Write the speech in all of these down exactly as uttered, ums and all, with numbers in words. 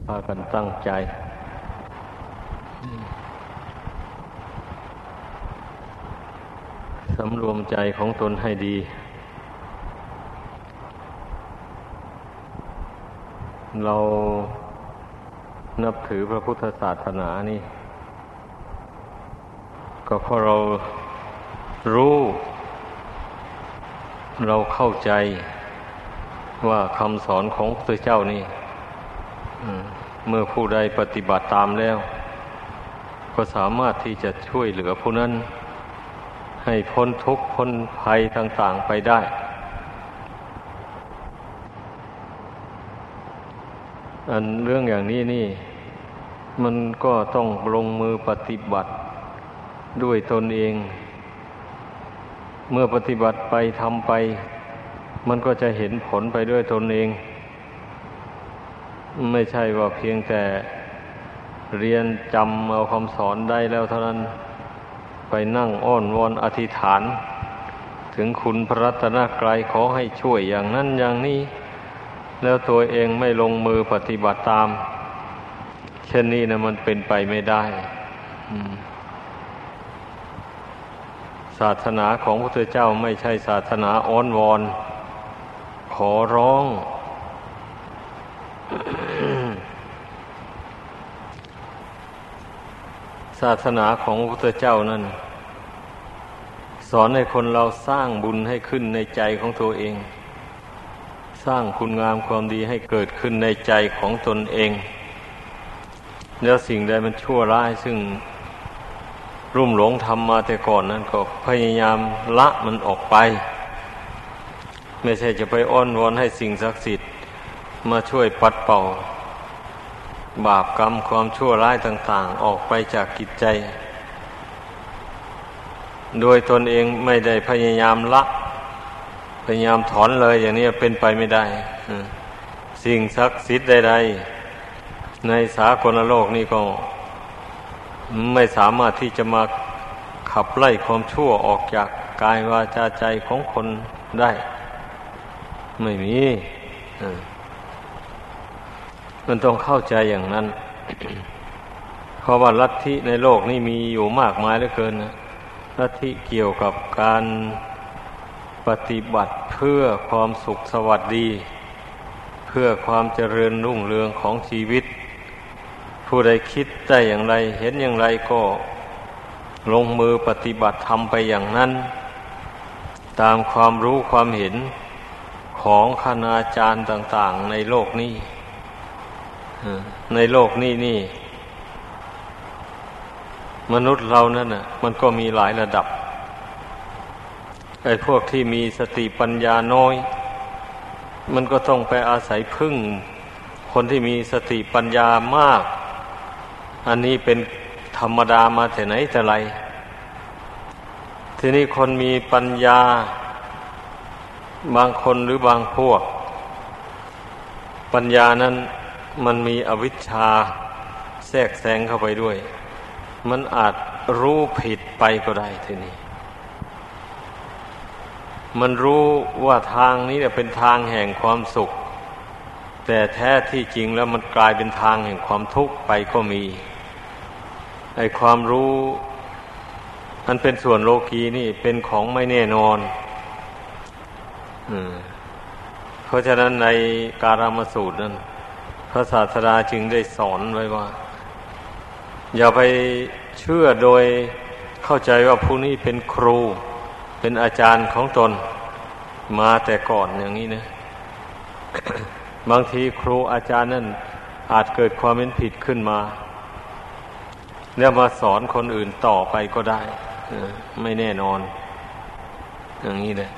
ากันตั้งใจสำรวมใจของตนให้ดีเรานับถือพระพุทธศาสนานี่ก็เพราะเรารู้เราเข้าใจว่าคำสอนของพระพุทธเจ้านี่เมื่อผู้ใดปฏิบัติตามแล้วก็สามารถที่จะช่วยเหลือผู้นั้นให้พ้นทุกข์พ้นภัยต่างๆไปได้อันเรื่องอย่างนี้นี่มันก็ต้องลงมือปฏิบัติด้วยตนเองเมื่อปฏิบัติไปทำไปมันก็จะเห็นผลไปด้วยตนเองไม่ใช่ว่าเพียงแต่เรียนจำเอาคำสอนได้แล้วเท่านั้นไปนั่งอ้อนวอนอธิษฐานถึงคุณพระรัตนกรัยขอให้ช่วยอย่างนั้นอย่างนี้แล้วตัวเองไม่ลงมือปฏิบัติตามเช่นนี้นะมันเป็นไปไม่ได้ศาสนาของพระพุทธเจ้าไม่ใช่ศาสนาอ้อนวอนขอร้อง ศาสนาของพระพุทธเจ้านั้นสอนให้คนเราสร้างบุญให้ขึ้นในใจของตัวเองสร้างคุณงามความดีให้เกิดขึ้นในใจของตนเองแล้วสิ่งใดมันชั่วร้ายซึ่งรุ่มหลงทำมาแต่ก่อนนั้นก็พยายามละมันออกไปไม่ใช่จะไปอ้อนวอนให้สิ่งศักดิ์สิทธิ์มาช่วยปัดเป่าบาปกรรมความชั่วร้ายต่างๆออกไปจากจิตใจโดยตนเองไม่ได้พยายามละพยายามถอนเลยอย่างนี้เป็นไปไม่ได้สิ่งศักดิ์สิทธิ์ใดๆในสากลโลกนี้ก็ไม่สามารถที่จะมาขับไล่ความชั่วออกจากกายวาจาใจของคนได้ไม่มีมันต้องเข้าใจอย่างนั้น เพราะว่าลัทธิในโลกนี้มีอยู่มากมายเหลือเกินนะลัทธิเกี่ยวกับการปฏิบัติเพื่อความสุขสวัสดีเพื่อความเจริญรุ่งเรืองของชีวิตผู้ใดคิดได้อย่างไรเห็นอย่างไรก็ลงมือปฏิบัติทำไปอย่างนั้นตามความรู้ความเห็นของคณาจารย์ต่างๆในโลกนี้ในโลกนี้นี่มนุษย์เรานั่นน่ะมันก็มีหลายระดับไอ้พวกที่มีสติปัญญาน้อยมันก็ต้องไปอาศัยพึ่งคนที่มีสติปัญญามากอันนี้เป็นธรรมดามาแต่ไหนแต่ไรทีนี้คนมีปัญญาบางคนหรือบางพวกปัญญานั้นมันมีอวิชชาแทรกแซงเข้าไปด้วยมันอาจรู้ผิดไปก็ได้ทีนี้มันรู้ว่าทางนี้เนี่ยเป็นทางแห่งความสุขแต่แท้ที่จริงแล้วมันกลายเป็นทางแห่งความทุกข์ไปก็มีไอ้ความรู้อันเป็นส่วนโลกีนี่เป็นของไม่แน่นอนอืมเพราะฉะนั้นในการามสูตรนั้นพระศาสดาจึงได้สอนไว้ว่าอย่าไปเชื่อโดยเข้าใจว่าผู้นี้เป็นครูเป็นอาจารย์ของตนมาแต่ก่อนอย่างนี้นะ บางทีครูอาจารย์นั่นอาจเกิดความเป็นผิดขึ้นมาแล้วมาสอนคนอื่นต่อไปก็ได้ไม่แน่นอนอย่างนี้เลย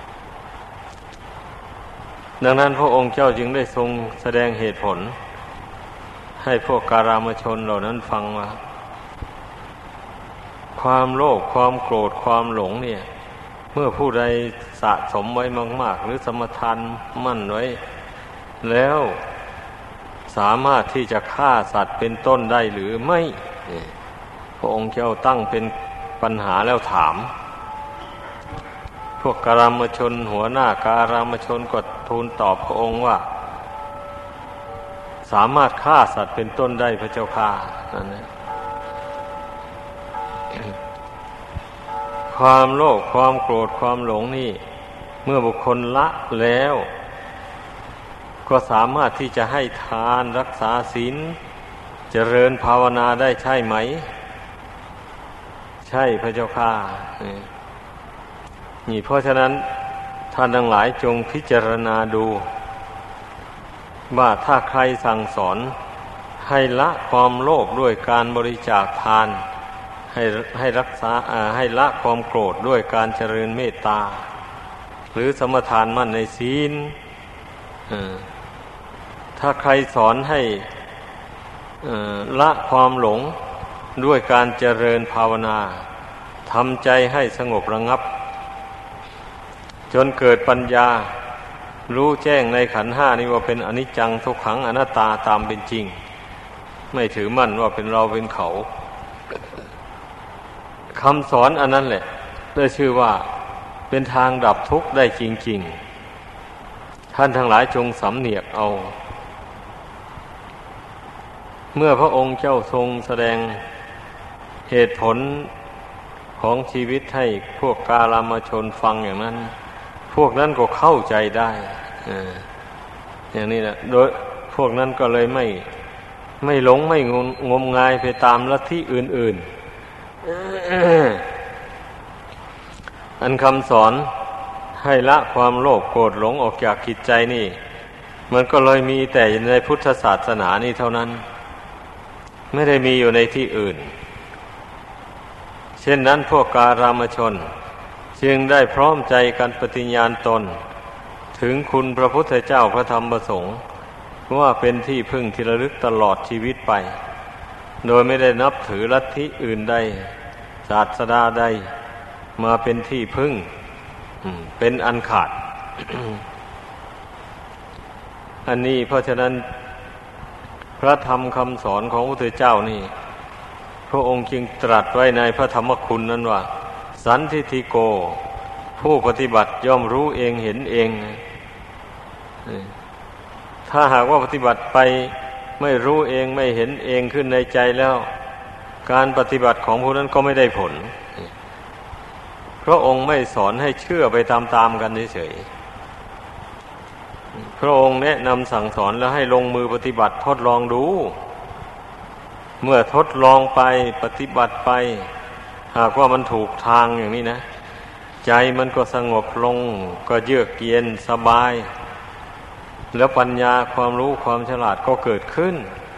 ดังนั้นพระองค์เจ้าจึงได้ทรงแสดงเหตุผลให้พวกการามชนเหล่านั้นฟังว่าความโลภความโกรธความหลงเนี่ยเมื่อผู้ใดสะสมไว้มากๆหรือสมทานมั่นไว้แล้วสามารถที่จะฆ่าสัตว์เป็นต้นได้หรือไม่พระองค์เจ้าตั้งเป็นปัญหาแล้วถามพวกการามชนหัวหน้าการามชนก็ทูลตอบพระองค์ว่าสามารถฆ่าสัตว์เป็นต้นได้พระเจ้าค่านั่นแหละ ความโลภความโกรธความหลงนี่เมื่อบุคคลละแล้วก็สามารถที่จะให้ทานรักษาศีลเจริญภาวนาได้ใช่ไหมใช่พระเจ้าค่านี่เพราะฉะนั้นท่านทั้งหลายจงพิจารณาดูว่าถ้าใครสั่งสอนให้ละความโลภด้วยการบริจาคทานให้ให้รักษาให้ละความโกรธด้วยการเจริญเมตตาหรือสมทานมั่นในศีลถ้าใครสอนให้ละความหลงด้วยการเจริญภาวนาทำใจให้สงบระงับจนเกิดปัญญารู้แจ้งในขันธ์ห้านี้ว่าเป็นอนิจจังทุกขังอนัตตาตามเป็นจริงไม่ถือมั่นว่าเป็นเราเป็นเขาคำสอนอันนั้นแหละได้ชื่อว่าเป็นทางดับทุกข์ได้จริงๆท่านทั้งหลายจงสำเนียกเอาเมื่อพระองค์เจ้าทรงแสดงเหตุผลของชีวิตให้พวกกาลามชนฟังอย่างนั้นพวกนั้นก็เข้าใจได้อย่างนี้นะโดยพวกนั้นก็เลยไม่ไม่หลงไม่งมงมงายไปตามลัทธิอื่นๆอันคำสอนให้ละความโลภโกรธหลงออกจากจิตใจนี่มันก็เลยมีแต่ในพุทธศาสนานี่เท่านั้นไม่ได้มีอยู่ในที่อื่นเช่นนั้นพวกการามชนจึงได้พร้อมใจกันปฏิญาณตนถึงคุณพระพุทธเจ้าพระธรรมพระสงฆ์ว่าเป็นที่พึ่งที่ระลึกตลอดชีวิตไปโดยไม่ได้นับถือลัทธิอื่นใดศาสดาใดมาเป็นที่พึ่งเป็นอันขาด อันนี้เพราะฉะนั้นพระธรรมคำสอนของพระพุทธเจ้านี่พระองค์จึงตรัสไว้ในพระธรรมคุณนั้นว่าสันทิฏฐิโกผู้ปฏิบัติย่อมรู้เองเห็นเองถ้าหากว่าปฏิบัติไปไม่รู้เองไม่เห็นเองขึ้นในใจแล้วการปฏิบัติของผู้นั้นก็ไม่ได้ผลพระองค์ไม่สอนให้เชื่อไปตามๆกันเฉยๆพระองค์แนะนำสั่งสอนแล้วให้ลงมือปฏิบัติทดลองดูเมื่อทดลองไปปฏิบัติไปหากว่ามันถูกทางอย่างนี้นะใจมันก็สงบลงก็เยือกเย็นสบายแล้วปัญญาความรู้ความฉลาดก็เกิดขึ้น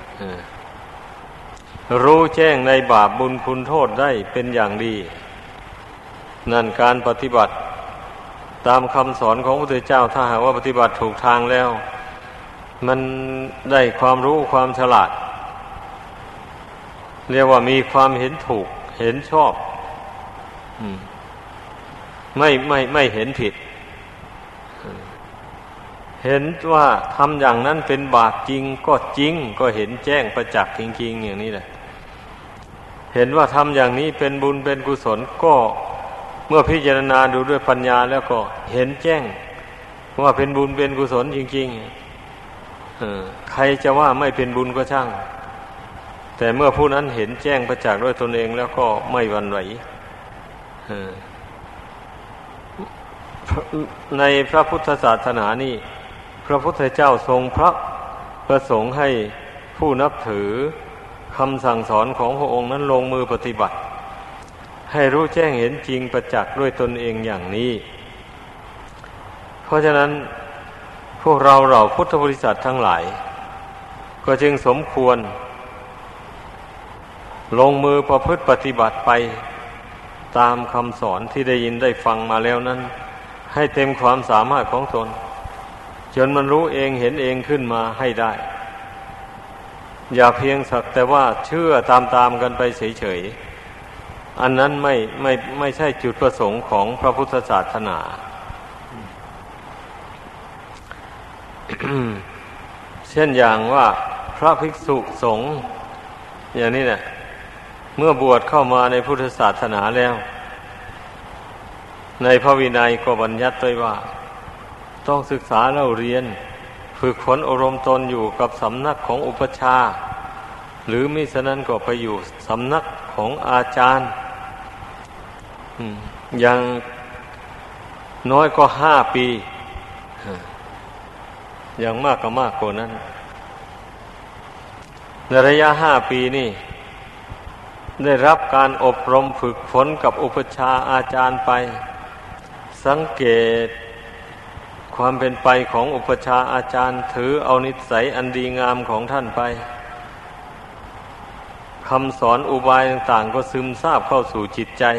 รู้แจ้งในบาปบุญคุณโทษได้เป็นอย่างดีนั่นการปฏิบัติตามคำสอนของพระพุทธเจ้าถ้าหากว่าปฏิบัติถูกทางแล้วมันได้ความรู้ความฉลาดเรียกว่ามีความเห็นถูกเห็นชอบไม่ไม่ไม่เห็นผิดเห็นว่าทำอย่างนั้นเป็นบาปจริงก็จริงก็เห็นแจ้งประจักษ์จริงๆอย่างนี้แหละเห็นว่าทำอย่างนี้เป็นบุญเป็นกุศลก็เมื่อพิจารณาดูด้วยปัญญาแล้วก็เห็นแจ้งว่าเป็นบุญเป็นกุศลจริงๆเออใครจะว่าไม่เป็นบุญก็ช่างแต่เมื่อผู้นั้นเห็นแจ้งประจักษ์ด้วยตนเองแล้วก็ไม่หวั่นไหวในพระพุทธศาสนานี่พระพุทธเจ้าทรงพระประสงค์ให้ผู้นับถือคำสั่งสอนของพระองค์นั้นลงมือปฏิบัติให้รู้แจ้งเห็นจริงประจักษ์ด้วยตนเองอย่างนี้เพราะฉะนั้นพวกเราเราพุทธบริษัททั้งหลายก็จึงสมควรลงมือประพฤติปฏิบัติไปตามคำสอนที่ได้ยินได้ฟังมาแล้วนั้นให้เต็มความสามารถของตนจนมันรู้เองเห็นเองขึ้นมาให้ได้อย่าเพียงสักแต่ว่าเชื่อตามๆกันไปเฉยๆอันนั้นไม่ไม่ไม่ใช่จุดประสงค์ของพระพุทธศาสนา เช่นอย่างว่าพระภิกษุสงฆ์อย่างนี้เนี่ยเมื่อบวชเข้ามาในพุทธศาสนาแล้วในพระวินัยก็บัญญัติไว้ว่าต้องศึกษาเล่าเรียนฝึกฝนอบรมตนอยู่กับสำนักของอุปชฌาย์หรือมิฉะนั้นก็ไปอยู่สำนักของอาจารย์อย่างน้อยก็ห้าปีอย่างมากก็มากกว่านั้นในระยะห้าปีนี่ได้รับการอบรมฝึกฝนกับอุปชฌาย์อาจารย์ไปสังเกตความเป็นไปของอุปชฌาย์อาจารย์ถือเอานิสัยอันดีงามของท่านไปคำสอนอุบายต่างๆก็ซึมซาบเข้าสู่จิตใจ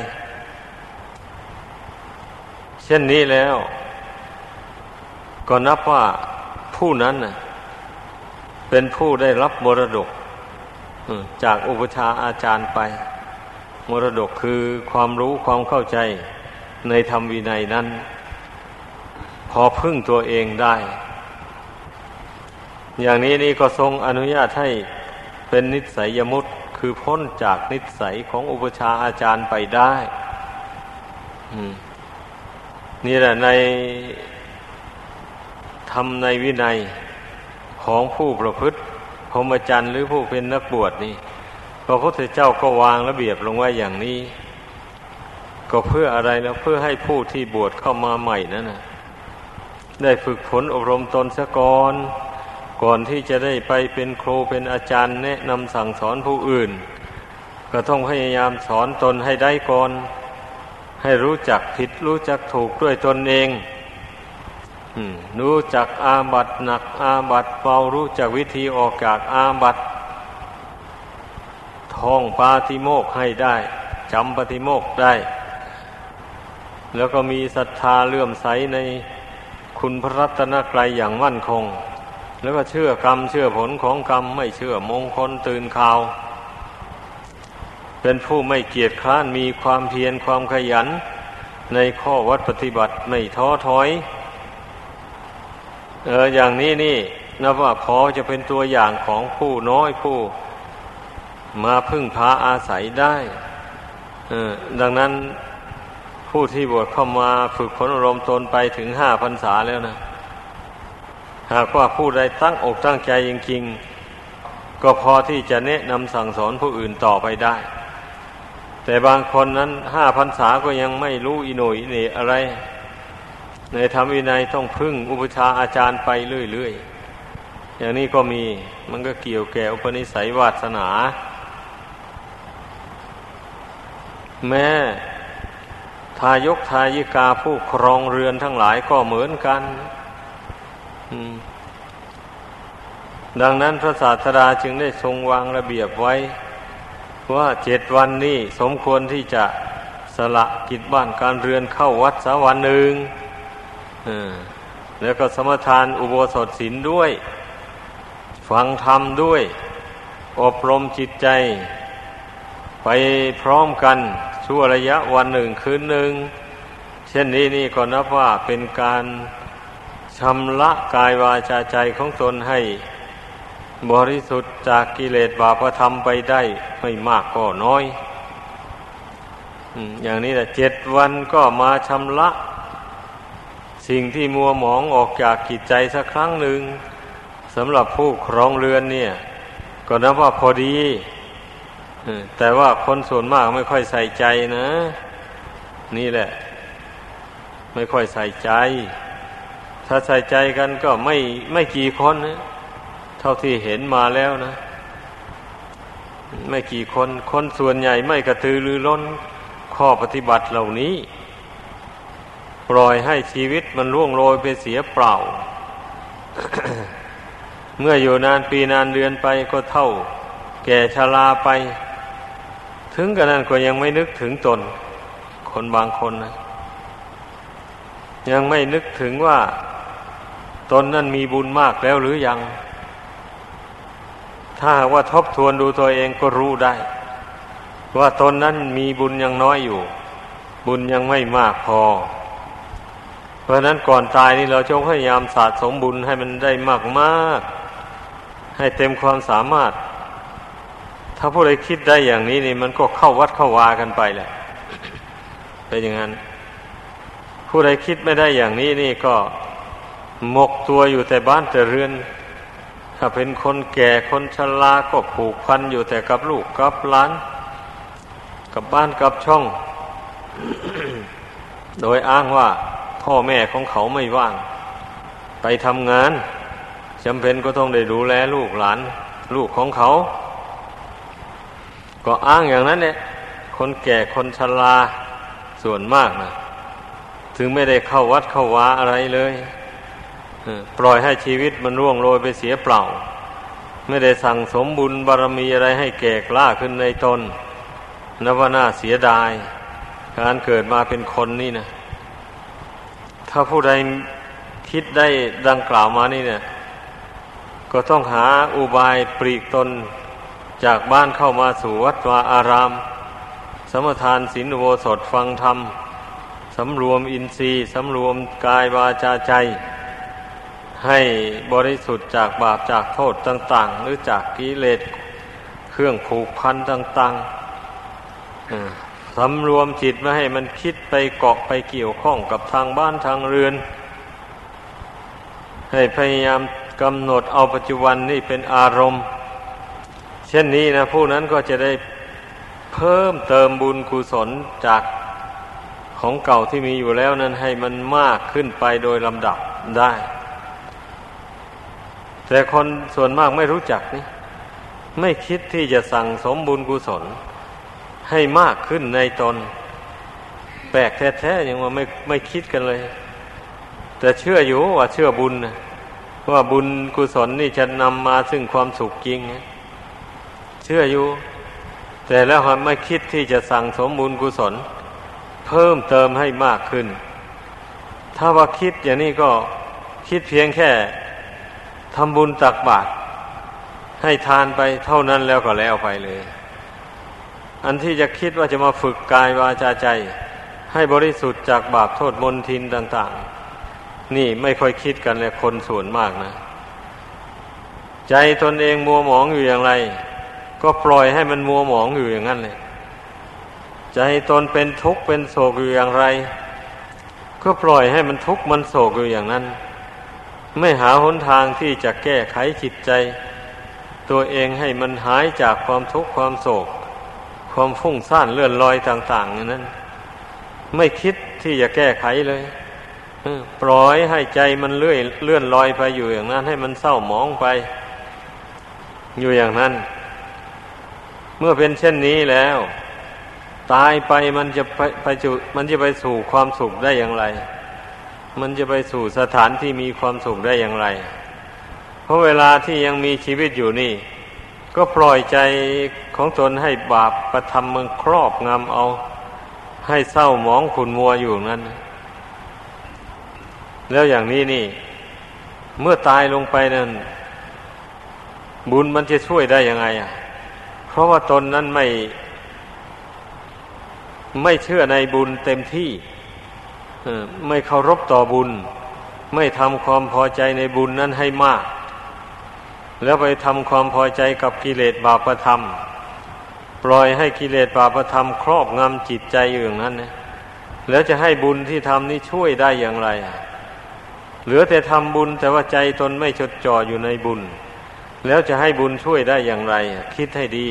เช่นนี้แล้วก็นับว่าผู้นั้นน่ะเป็นผู้ได้รับมรดกจากอุปชฌาย์อาจารย์ไปมรดกคือความรู้ความเข้าใจในธรรมวินัยนั้นพอพึ่งตัวเองได้อย่างนี้นี่ก็ทรงอนุญาตให้เป็นนิสัยมุตคือพ้นจากนิสัยของอุปชฌาย์อาจารย์ไปได้นี่แหละในธรรมในวินัยของผู้ประพฤติพรหมจรรย์หรือผู้เป็นนักบวชนี่พระพุทธเจ้าก็วางระเบียบลงไว้อย่างนี้ก็เพื่ออะไรแล้วเพื่อให้ผู้ที่บวชเข้ามาใหม่นั้นนะได้ฝึกฝนอบรมตนซะก่อนก่อนที่จะได้ไปเป็นครูเป็นอาจารย์แนะนำสั่งสอนผู้อื่นก็ต้องพยายามสอนตนให้ได้ก่อนให้รู้จักผิดรู้จักถูกด้วยตนเองรู้จักอาบัติหนักอาบัติเบารู้จักวิธีออกจากอาบัติท่องปาติโมกข์ให้ได้จำปาติโมกข์ได้แล้วก็มีศรัทธาเลื่อมใสในคุณพระรัตนตรัยอย่างมั่นคงแล้วก็เชื่อกรรมเชื่อผลของกรรมไม่เชื่อมงคลตื่นข่าวเป็นผู้ไม่เกียจคร้านมีความเพียรความขยันในข้อวัดปฏิบัติไม่ท้อถอยเอออย่างนี้นี่นับว่าพอจะเป็นตัวอย่างของผู้น้อยผู้มาพึ่งพาอาศัยได้เออดังนั้นผู้ที่บวชเข้ามาฝึกฝนอบรมตนไปถึงห้าพรรษาแล้วนะหากว่าผู้ใดตั้งอกตั้งใจจริงๆก็พอที่จะแนะนำสั่งสอนผู้อื่นต่อไปได้แต่บางคนนั้นห้าพรรษาก็ยังไม่รู้อิโหนอิเหน่อะไรในธรรมวินัยต้องพึ่งอุปชฌาย์อาจารย์ไปเรื่อยๆอย่างนี้ก็มีมันก็เกี่ยวแก่อุปนิสัยวาสนาแม้ทายกทายิกาผู้ครองเรือนทั้งหลายก็เหมือนกันดังนั้นพระศาสดาจึงได้ทรงวางระเบียบไว้ว่าเจ็ดวันนี้สมควรที่จะสละกิจบ้านการเรือนเข้าวัดสักวันหนึ่งแล้วก็สมทานอุโบสถศีลด้วยฟังธรรมด้วยอบรมจิตใจไปพร้อมกันชั่วระยะวันหนึ่งคืนหนึ่งเช่นนี้นี่ก็นับว่าเป็นการชำระกายวาจาใจของตนให้บริสุทธิ์จากกิเลสบาปธรรมไปได้ไม่มากก็น้อยอย่างนี้แหละเจ็ดวันก็มาชำระสิ่งที่มัวหมองออกจากจิตใจสักครั้งหนึ่งสำหรับผู้ครองเรือนเนี่ยก็นับว่าพอดีแต่ว่าคนส่วนมากไม่ค่อยใส่ใจนะนี่แหละไม่ค่อยใส่ใจถ้าใส่ใจกันก็ไม่ไม่กี่คนนะเท่าที่เห็นมาแล้วนะไม่กี่คนคนส่วนใหญ่ไม่กระตือรือร้นข้อปฏิบัติเหล่านี้ปล่อยให้ชีวิตมันล่วงโรยไปเสียเปล่า เมื่ออยู่นานปีนานเดือนไปก็เท่าแก่ชราไปถึงกระนั้นก็ยังไม่นึกถึงตนคนบางคนนะยังไม่นึกถึงว่าตนนั้นมีบุญมากแล้วหรือยังถ้าหากว่าทบทวนดูตัวเองก็รู้ได้ว่าตนนั้นมีบุญยังน้อยอยู่บุญยังไม่มากพอเพราะนั้นก่อนตายนี่เราจงพยายามสะสมบุญให้มันได้มากๆให้เต็มความสามารถถ้าผู้ใดคิดได้อย่างนี้นี่มันก็เข้าวัดเข้าวากันไปแหละเป็นอย่างนั้นผู้ใดคิดไม่ได้อย่างนี้นี่ก็หมกตัวอยู่แต่บ้านแต่เรือนถ้าเป็นคนแก่คนชราก็ผูกพันอยู่แต่กับลูกกับหลานกับบ้านกับช่อง โดยอ้างว่าพ่อแม่ของเขาไม่ว่างไปทำงานจำเป็นก็ต้องได้ดูแลลูกหลานลูกของเขาก็อ้างอย่างนั้นแหละคนแก่คนชราส่วนมากนะถึงไม่ได้เข้าวัดเข้าวาอะไรเลยปล่อยให้ชีวิตมันร่วงโรยไปเสียเปล่าไม่ได้สั่งสมบุญบารมีอะไรให้แก่กล้าขึ้นในตนนับว่าน่าเสียดายการเกิดมาเป็นคนนี่นะถ้าผู้ใดคิดได้ดังกล่าวมานี่เนี่ยก็ต้องหาอุบายปลีกตนจากบ้านเข้ามาสู่วัดวาอารามสมทานศีลอุโบสถฟังธรรมสำรวมอินทรีย์สำรวมกายวาจาใจให้บริสุทธิ์จากบาปจากโทษต่างๆหรือจากกิเลสเครื่องผูกพันต่างๆสำรวมจิตไม่ให้มันคิดไปเกาะไปเกี่ยวข้องกับทางบ้านทางเรือนให้พยายามกำหนดเอาปัจจุบันนี่เป็นอารมณ์เช่นนี้นะผู้นั้นก็จะได้เพิ่มเติมบุญกุศลจากของเก่าที่มีอยู่แล้วนั้นให้มันมากขึ้นไปโดยลำดับได้แต่คนส่วนมากไม่รู้จักนี่ไม่คิดที่จะสั่งสมบุญกุศลให้มากขึ้นในตนแปลกแท้ๆอย่างว่าไม่ไม่คิดกันเลยแต่เชื่ออยู่ว่าเชื่อบุญนะว่าบุญกุศลนี่จะนำมาซึ่งความสุขจริงเชื่ออยู่แต่แล้วไม่คิดที่จะสั่งสมบุญกุศลเพิ่มเติมให้มากขึ้นถ้าว่าคิดอย่างนี้ก็คิดเพียงแค่ทำบุญตักบาตรให้ทานไปเท่านั้นแล้วก็แล้วไปเลยอันที่จะคิดว่าจะมาฝึกกายวาจาใจให้บริสุทธิ์จากบาปโทษมลทินต่างๆนี่ไม่ค่อยคิดกันเลยคนส่วนมากนะใจตนเองมัวหมองอยู่อย่างไรก็ปล่อยให้มันมัวหมองอยู่อย่างนั้นเลยใจตนเป็นทุกข์เป็นโศกอยู่อย่างไรก็ปล่อยให้มันทุกข์มันโศกอยู่อย่างนั้นไม่หาหนทางที่จะแก้ไขจิตใจตัวเองให้มันหายจากความทุกข์ความโศกความฟุ้งซ่านเลื่อนลอยต่างๆอย่างนั้นไม่คิดที่จะแก้ไขเลยปล่อยให้ใจมันเลื่อยเลื่อนลอยไปอยู่อย่างนั้นให้มันเศร้าหมองไปอยู่อย่างนั้นเมื่อเป็นเช่นนี้แล้วตายไปมันจะไปไปจุมันจะไปสู่ความสุขได้อย่างไรมันจะไปสู่สถานที่มีความสุขได้อย่างไรเพราะเวลาที่ยังมีชีวิตอยู่นี่ก็ปล่อยใจของตนให้บาปประทำมันครอบงำเอาให้เศร้าหมองขุ่นมัวอยู่นั้นแล้วอย่างนี้นี่เมื่อตายลงไปนั้นบุญมันจะช่วยได้ยังไงอ่ะเพราะว่าตนนั้นไม่ไม่เชื่อในบุญเต็มที่ไม่เคารพต่อบุญไม่ทำความพอใจในบุญนั้นให้มากแล้วไปทำความพอใจกับกิเลสบาปธรรมปล่อยให้กิเลสบาปธรรมครอบงำจิตใจอยู่อย่างนั้นนะแล้วจะให้บุญที่ทำนี้ช่วยได้อย่างไรอ่ะเหลือแต่ทำบุญแต่ว่าใจตนไม่จดจ่ออยู่ในบุญแล้วจะให้บุญช่วยได้อย่างไรอ่ะคิดให้ดี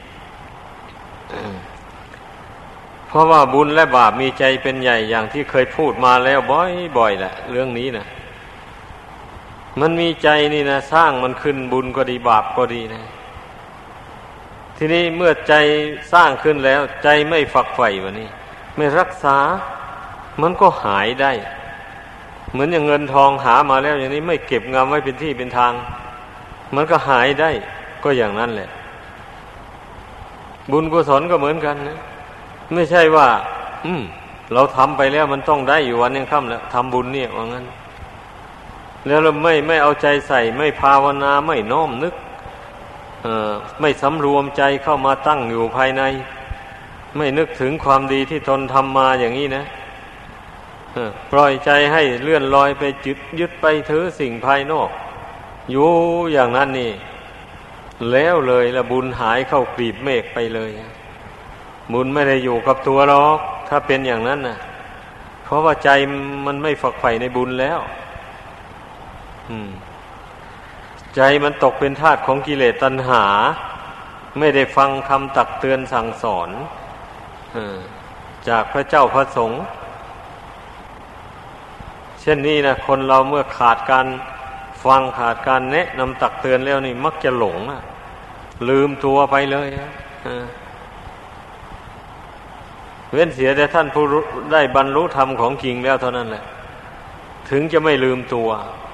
เพราะว่าบุญและบาปมีใจเป็นใหญ่อย่างที่เคยพูดมาแล้วบ่อยๆแหละเรื่องนี้นะมันมีใจนี่นะสร้างมันขึ้นบุญก็ดีบาปก็ดีนะทีนี้เมื่อใจสร้างขึ้นแล้วใจไม่ฝักใฝ่วะนี่ไม่รักษามันก็หายได้เหมือนอย่างเงินทองหามาแล้วอย่างนี้ไม่เก็บงำไว้เป็นที่เป็นทางมันก็หายได้ก็อย่างนั้นแหละบุญกุศลก็เหมือนกันนะไม่ใช่ว่าอืมเราทำไปแล้วมันต้องได้อยู่วันยังค่ำแล้วทำบุญเนี่ยว่างั้นแล้วเราไม่ไม่เอาใจใส่ไม่ภาวนาไม่น้อมนึกเอ่อไม่สำรวมใจเข้ามาตั้งอยู่ภายในไม่นึกถึงความดีที่ตนทำมาอย่างนี้นะเออปล่อยใจให้เลื่อนลอยไปยึดยึดไปถือสิ่งภายนอกอยู่อย่างนั้นนี่แล้วเลยละบุญหายเข้ากลีบเมฆไปเลยบุญไม่ได้อยู่กับตัวหรอกถ้าเป็นอย่างนั้นนะเพราะว่าใจมันไม่ฝักใฝ่ในบุญแล้วอืมใจมันตกเป็นทาสของกิเลสตัณหาไม่ได้ฟังคำตักเตือนสั่งสอนจากพระเจ้าพระสงฆ์เช่นนี้นะคนเราเมื่อขาดการฟังขาดการแนะนำตักเตือนแล้วนี่มักจะหลงอะลืมตัวไปเลยอะเว้นเสียแต่ท่านผู้ได้บรรลุธรรมของจริงแล้วเท่านั้นแหละถึงจะไม่ลืมตัว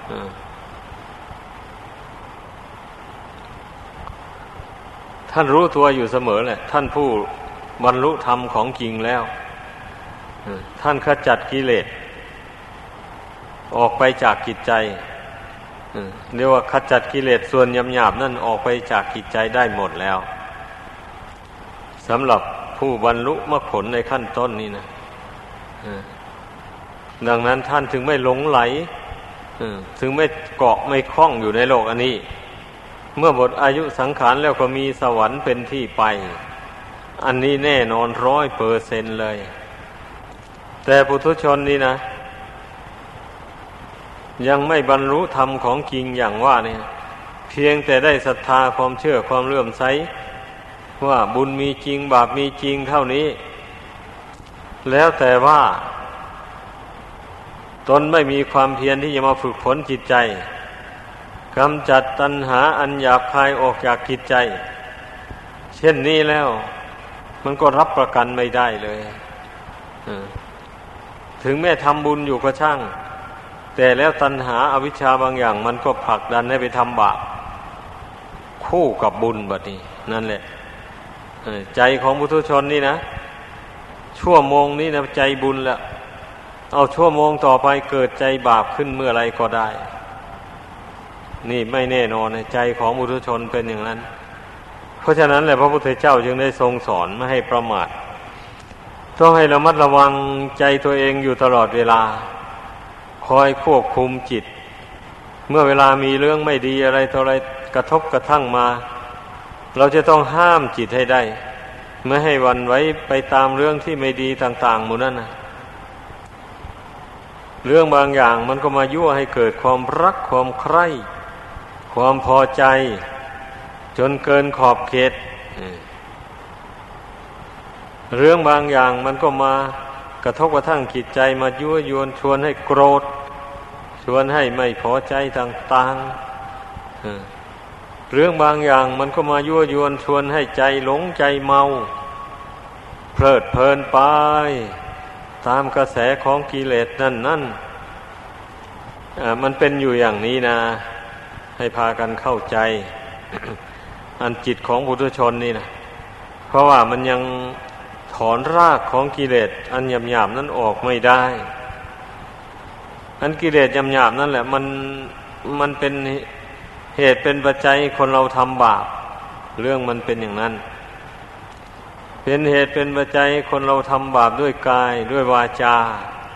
ท่านรู้ตัวอยู่เสมอแหละท่านผู้บรรลุธรรมของจริงแล้วท่านขจัดกิเลสออกไปจากจิตใจเรียกว่าขจัดกิเลสส่วนหยาบๆนั่นออกไปจากจิตใจได้หมดแล้วสำหรับผู้บรรลุมรรคผลในขั้นต้นนี่นะดังนั้นท่านถึงไม่หลงไหลถึงไม่เกาะไม่คล้องอยู่ในโลกอันนี้เมื่อหมดอายุสังขารแล้วก็มีสวรรค์เป็นที่ไปอันนี้แน่นอนร้อยเปอร์เซนต์เลยแต่ปุถุชนนี่นะยังไม่บรรลุธรรมของจริงอย่างว่าเนี่ยเพียงแต่ได้ศรัทธาความเชื่อความเลื่อมใสว่าบุญมีจริงบาปมีจริงเท่านี้แล้วแต่ว่าตนไม่มีความเพียรที่จะมาฝึกฝนจิตใจกำจัดตัณหาอันหยาบคายออกจากจิตใจเช่นนี้แล้วมันก็รับประกันไม่ได้เลยถึงแม้ทำบุญอยู่ก็ช่างแต่แล้วตัณหาอวิชชาบางอย่างมันก็ผลักดันให้ไปทำบาปคู่กับบุญบัดนี้นั่นแหละใจของปุถุชนนี่นะชั่วโมงนี้นะใจบุญแล้วเอาชั่วโมงต่อไปเกิดใจบาปขึ้นเมื่อไรก็ได้นี่ไม่แน่นอนใจของปุถุชนเป็นอย่างนั้นเพราะฉะนั้นแหละพระพุทธเจ้าจึงได้ทรงสอนไม่ให้ประมาทต้องให้ระมัดระวังใจตัวเองอยู่ตลอดเวลาคอยควบคุมจิตเมื่อเวลามีเรื่องไม่ดีอะไรต่ออะไรกระทบกระทั่งมาเราจะต้องห้ามจิตให้ได้ไม่ให้หวั่นไหวไปตามเรื่องที่ไม่ดีต่างๆหมู่นั้นนะเรื่องบางอย่างมันก็มายั่วให้เกิดความรักความใคร่ความพอใจจนเกินขอบเขตเรื่องบางอย่างมันก็มากระทบกระทั่งจิตใจมายั่วยวนชวนให้โกรธชวนให้ไม่พอใจต่างๆเรื่องบางอย่างมันก็มายั่วยวนชวนให้ใจหลงใจเมาเพลิดเพลินไปตามกระแสของกิเลสนั่นนั่นมันเป็นอยู่อย่างนี้นะให้พากันเข้าใจ อันจิตของปุถุชนนี่นะเพราะว่ามันยังถอนรากของกิเลสอันหยาบๆนั้นออกไม่ได้อันกิเลสหยาบๆนั่นแหละมันมันเป็นเหตุเป็นปัจจัยคนเราทำบาปเรื่องมันเป็นอย่างนั้นเป็นเหตุเป็นปัจจัยคนเราทำบาปด้วยกายด้วยวาจา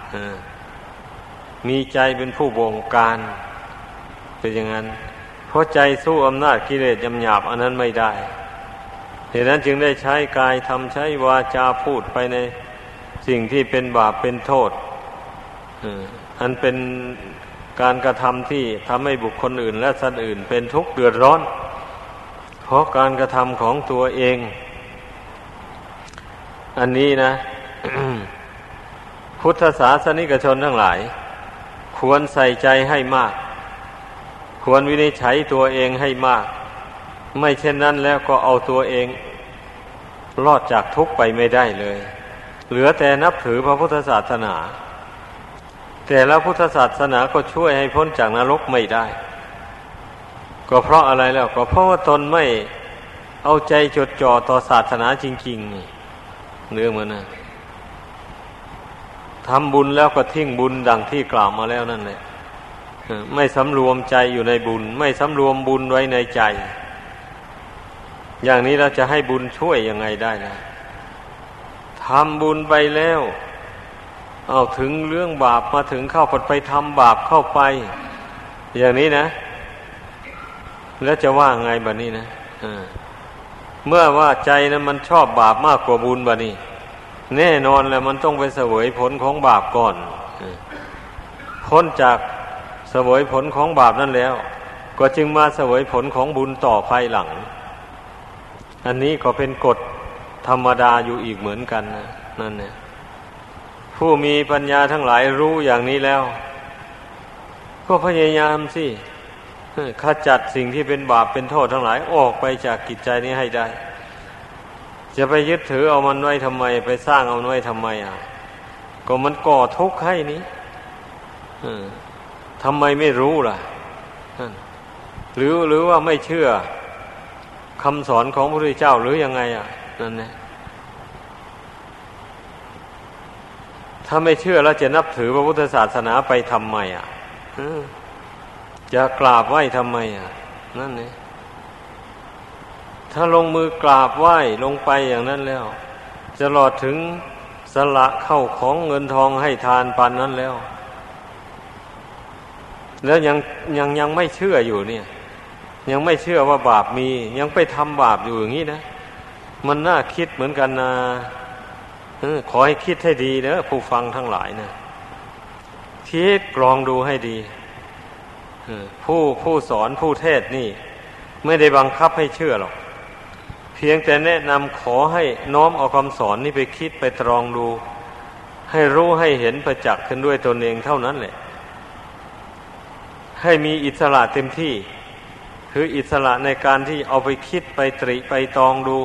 มีใจเป็นผู้บงการเป็นอย่างนั้นเพราะใจสู้อำนาจกิเลสหยาบๆอันนั้นไม่ได้เหตุนั้นจึงได้ใช้กายทำใช้วาจาพูดไปในสิ่งที่เป็นบาปเป็นโทษอันเป็นการกระทำที่ทำให้บุคคลอื่นและสัตว์อื่นเป็นทุกข์เดือดร้อนเพราะการกระทำของตัวเองอันนี้นะ พุทธศาสนิกชนทั้งหลายควรใส่ใจให้มากควรวินิจฉัยตัวเองให้มากไม่เช่นนั้นแล้วก็เอาตัวเองรอดจากทุกข์ไปไม่ได้เลยเหลือแต่นับถือพระพุทธศาสนาแต่แล้วพุทธศาสนาก็ช่วยให้พ้นจากนรกไม่ได้ก็เพราะอะไรแล้วก็เพราะว่าตนไม่เอาใจจดจ่อต่อศาสนาจริงๆนี่เรื่องมันนะทำบุญแล้วก็ทิ้งบุญดังที่กล่าวมาแล้วนั่นแหละไม่สำรวมใจอยู่ในบุญไม่สำรวมบุญไว้ในใจอย่างนี้เราจะให้บุญช่วยยังไงได้นะทำบุญไปแล้วเอาถึงเรื่องบาปมาถึงเข้าไปทำบาปเข้าไปอย่างนี้นะแล้วจะว่าไงบัดนี้นะเมื่อว่าใจนะมันชอบบาปมากกว่าบุญบัดนี้แน่นอนแล้วมันต้องไปเสวยผลของบาปก่อนพ้นจากเสวยผลของบาปนั่นแล้วก็จึงมาเสวยผลของบุญต่อภายหลังอันนี้ก็เป็นกฎธรรมดาอยู่อีกเหมือนกันนะนั่นเนี่ยผู้มีปัญญาทั้งหลายรู้อย่างนี้แล้วก็พยายามสิขจัดสิ่งที่เป็นบาปเป็นโทษทั้งหลายออกไปจากจิตใจนี้ให้ได้จะไปยึดถือเอามันไว้ทำไมไปสร้างเอามันไว้ทำไมอ่ะก็มันก่อทุกข์ให้นี้ทำไมไม่รู้ล่ะหรือหรือว่าไม่เชื่อคำสอนของพระพุทธเจ้าหรือยังไงอ่ะนั่นแหละถ้าไม่เชื่อแล้วจะนับถือพระพุทธศาสนาไปทำไมอ่ะจะกราบไหว้ทำไมอ่ะนั่นเองถ้าลงมือกราบไหว้ลงไปอย่างนั้นแล้วจะหลอดถึงสละเข้าของเงินทองให้ทานปานนั้นแล้วแล้วยังยังยังไม่เชื่ออยู่เนี่ยยังไม่เชื่อว่าบาปมียังไปทำบาปอยู่อย่างนี้นะมันน่าคิดเหมือนกันนะขอให้คิดให้ดีนะผู้ฟังทั้งหลายนะคิดกรองดูให้ดีผู้ผู้สอนผู้เทศนี่ไม่ได้บังคับให้เชื่อหรอกเพียงแต่แนะนำขอให้น้อมเอาคำสอนนี้ไปคิดไปตรองดูให้รู้ให้เห็นประจักษ์ขึ้นด้วยตนเองเท่านั้นแหละให้มีอิสระเต็มที่คืออิสระในการที่เอาไปคิดไปตริไปตรองดู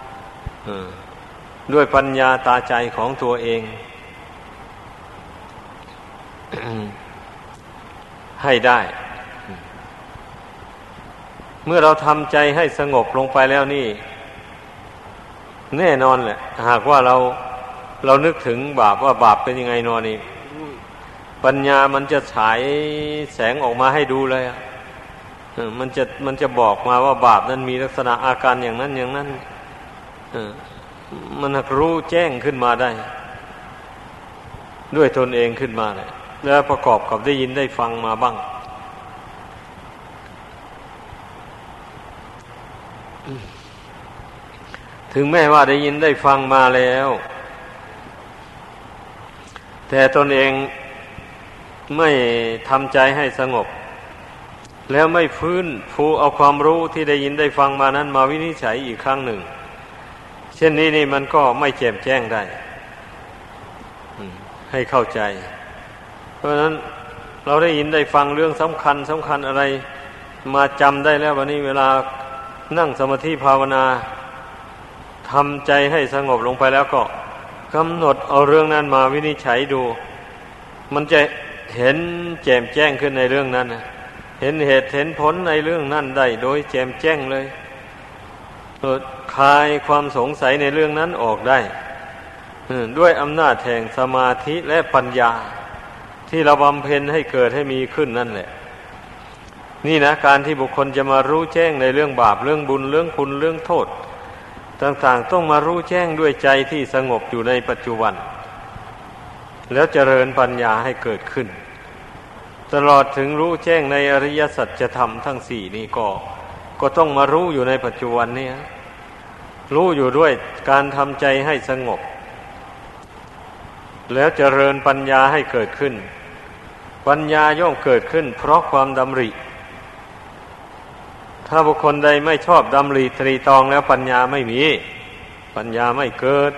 ด้วยปัญญาตาใจของตัวเอง ให้ได้เมื่อเราทำใจให้สงบลงไปแล้วนี่แน่นอนแหละหากว่าเราเรานึกถึงบาปว่าบาปเป็นยังไงนอนนี่ปัญญามันจะฉายแสงออกมาให้ดูเลยอ่ะมันจะมันจะบอกมาว่าบาปนั้นมีลักษณะอาการอย่างนั้นอย่างนั้นมันรู้แจ้งขึ้นมาได้ด้วยตนเองขึ้นมาเลยแล้วประกอบกับได้ยินได้ฟังมาบ้างถึงแม้ว่าได้ยินได้ฟังมาแล้วแต่ตนเองไม่ทำใจให้สงบแล้วไม่ฟื้นฟูเอาความรู้ที่ได้ยินได้ฟังมานั้นมาวินิจฉัยอีกครั้งหนึ่งเช่นนี้นี่มันก็ไม่แจ่มแจ้งได้ให้เข้าใจเพราะฉะนั้นเราได้ยินได้ฟังเรื่องสำคัญสำคัญอะไรมาจำได้แล้ววันนี้เวลานั่งสมาธิภาวนาทำใจให้สงบลงไปแล้วก็กำหนดเอาเรื่องนั้นมาวินิจฉัยดูมันจะเห็นแจ่มแจ้งขึ้นในเรื่องนั้นเห็นเหตุเห็นผลในเรื่องนั้นได้โดยแจ่มแจ้งเลยคลายความสงสัยในเรื่องนั้นออกได้ด้วยอำนาจแห่งสมาธิและปัญญาที่เราบำเพ็ญให้เกิดให้มีขึ้นนั่นแหละนี่นะการที่บุคคลจะมารู้แจ้งในเรื่องบาปเรื่องบุญเรื่องคุณเรื่องโทษต่างๆต้องมารู้แจ้งด้วยใจที่สงบอยู่ในปัจจุบันแล้วเจริญปัญญาให้เกิดขึ้นตลอดถึงรู้แจ้งในอริยสัจธรรมทั้งสี่นี้ก็ก็ต้องมารู้อยู่ในปัจจุบันนี้รู้อยู่ด้วยการทำใจให้สงบแล้วเจริญปัญญาให้เกิดขึ้นปัญญาย่อมเกิดขึ้นเพราะความดำริถ้าบุคคลใดไม่ชอบดำริตรีตรองแล้วปัญญาไม่มีปัญญาไม่เกิด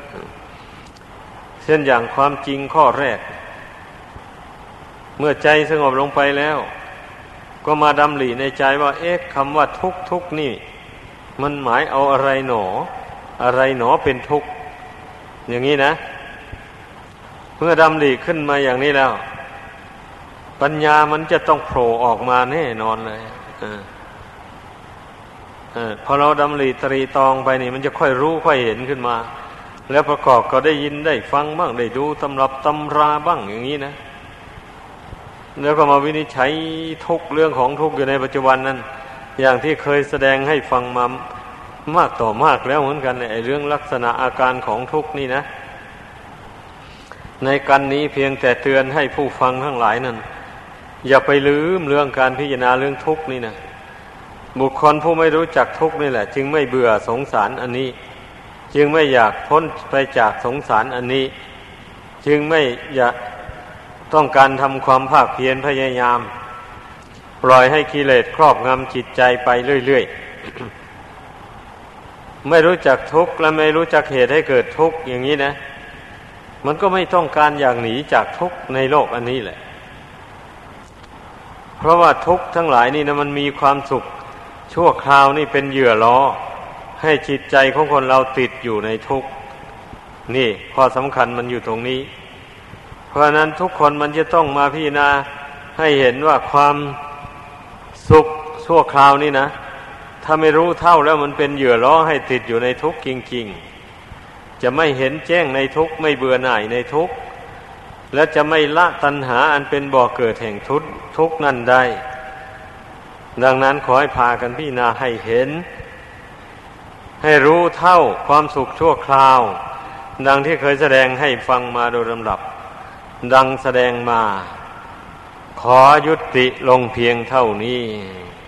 เช่นอย่างความจริงข้อแรกเมื่อใจสงบลงไปแล้วก็มาดำริในใจว่าเอ๊ะคำว่าทุกข์ทุกข์นี่มันหมายเอาอะไรหนออะไรหนอเป็นทุกข์อย่างนี้นะเมื่อดำริขึ้นมาอย่างนี้แล้วปัญญามันจะต้องโผล่ออกมาแน่นอนเลยเออเออพอเราดำริตรีตรองไปนี่มันจะค่อยรู้ค่อยเห็นขึ้นมาแล้วประกอบก็ได้ยินได้ฟังบ้างได้ดูตำรับตำราบ้างอย่างนี้นะแล้วก็มาวินิจฉัยทุกเรื่องของทุกอยู่ในปัจจุบันนั้นอย่างที่เคยแสดงให้ฟังมามากต่อมากแล้วเหมือนกันไอ้เรื่องลักษณะอาการของทุกนี่นะในกันนี้เพียงแต่เตือนให้ผู้ฟังทั้งหลายนั้นอย่าไปลืมเรื่องการพิจารณาเรื่องทุกนี่นะบุคคลผู้ไม่รู้จักทุกนี่แหละจึงไม่เบื่อสงสารอันนี้จึงไม่อยากพ้นไปจากสงสารอันนี้จึงไม่อยากต้องการทำความภาคเพียรพยายามปล่อยให้กิเลสครอบงำจิตใจไปเรื่อยๆไม่รู้จักทุกข์และไม่รู้จักเหตุให้เกิดทุกข์อย่างนี้นะมันก็ไม่ต้องการอย่างหนีจากทุกข์ในโลกอันนี้แหละเพราะว่าทุกข์ทั้งหลายนี่นะมันมีความสุขชั่วคราวนี่เป็นเหยื่อล่อให้จิตใจของคนเราติดอยู่ในทุกข์นี่ข้อสำคัญมันอยู่ตรงนี้เพราะฉะนั้นทุกคนมันจะต้องมาพิจารณาให้เห็นว่าความสุขชั่วคราวนี่นะถ้าไม่รู้เท่าแล้วมันเป็นเหยื่อล่อให้ติดอยู่ในทุกข์จริงๆจะไม่เห็นแจ้งในทุกข์ไม่เบื่อหน่ายในทุกข์และจะไม่ละตัณหาอันเป็นบ่อเกิดแห่งทุกข์ทุกข์นั่นได้ดังนั้นขอให้พากันพิจารณาให้เห็นให้รู้เท่าความสุขชั่วคราวดังที่เคยแสดงให้ฟังมาโดยลำดับดังแสดงมาขอยุติลงเพียงเท่านี้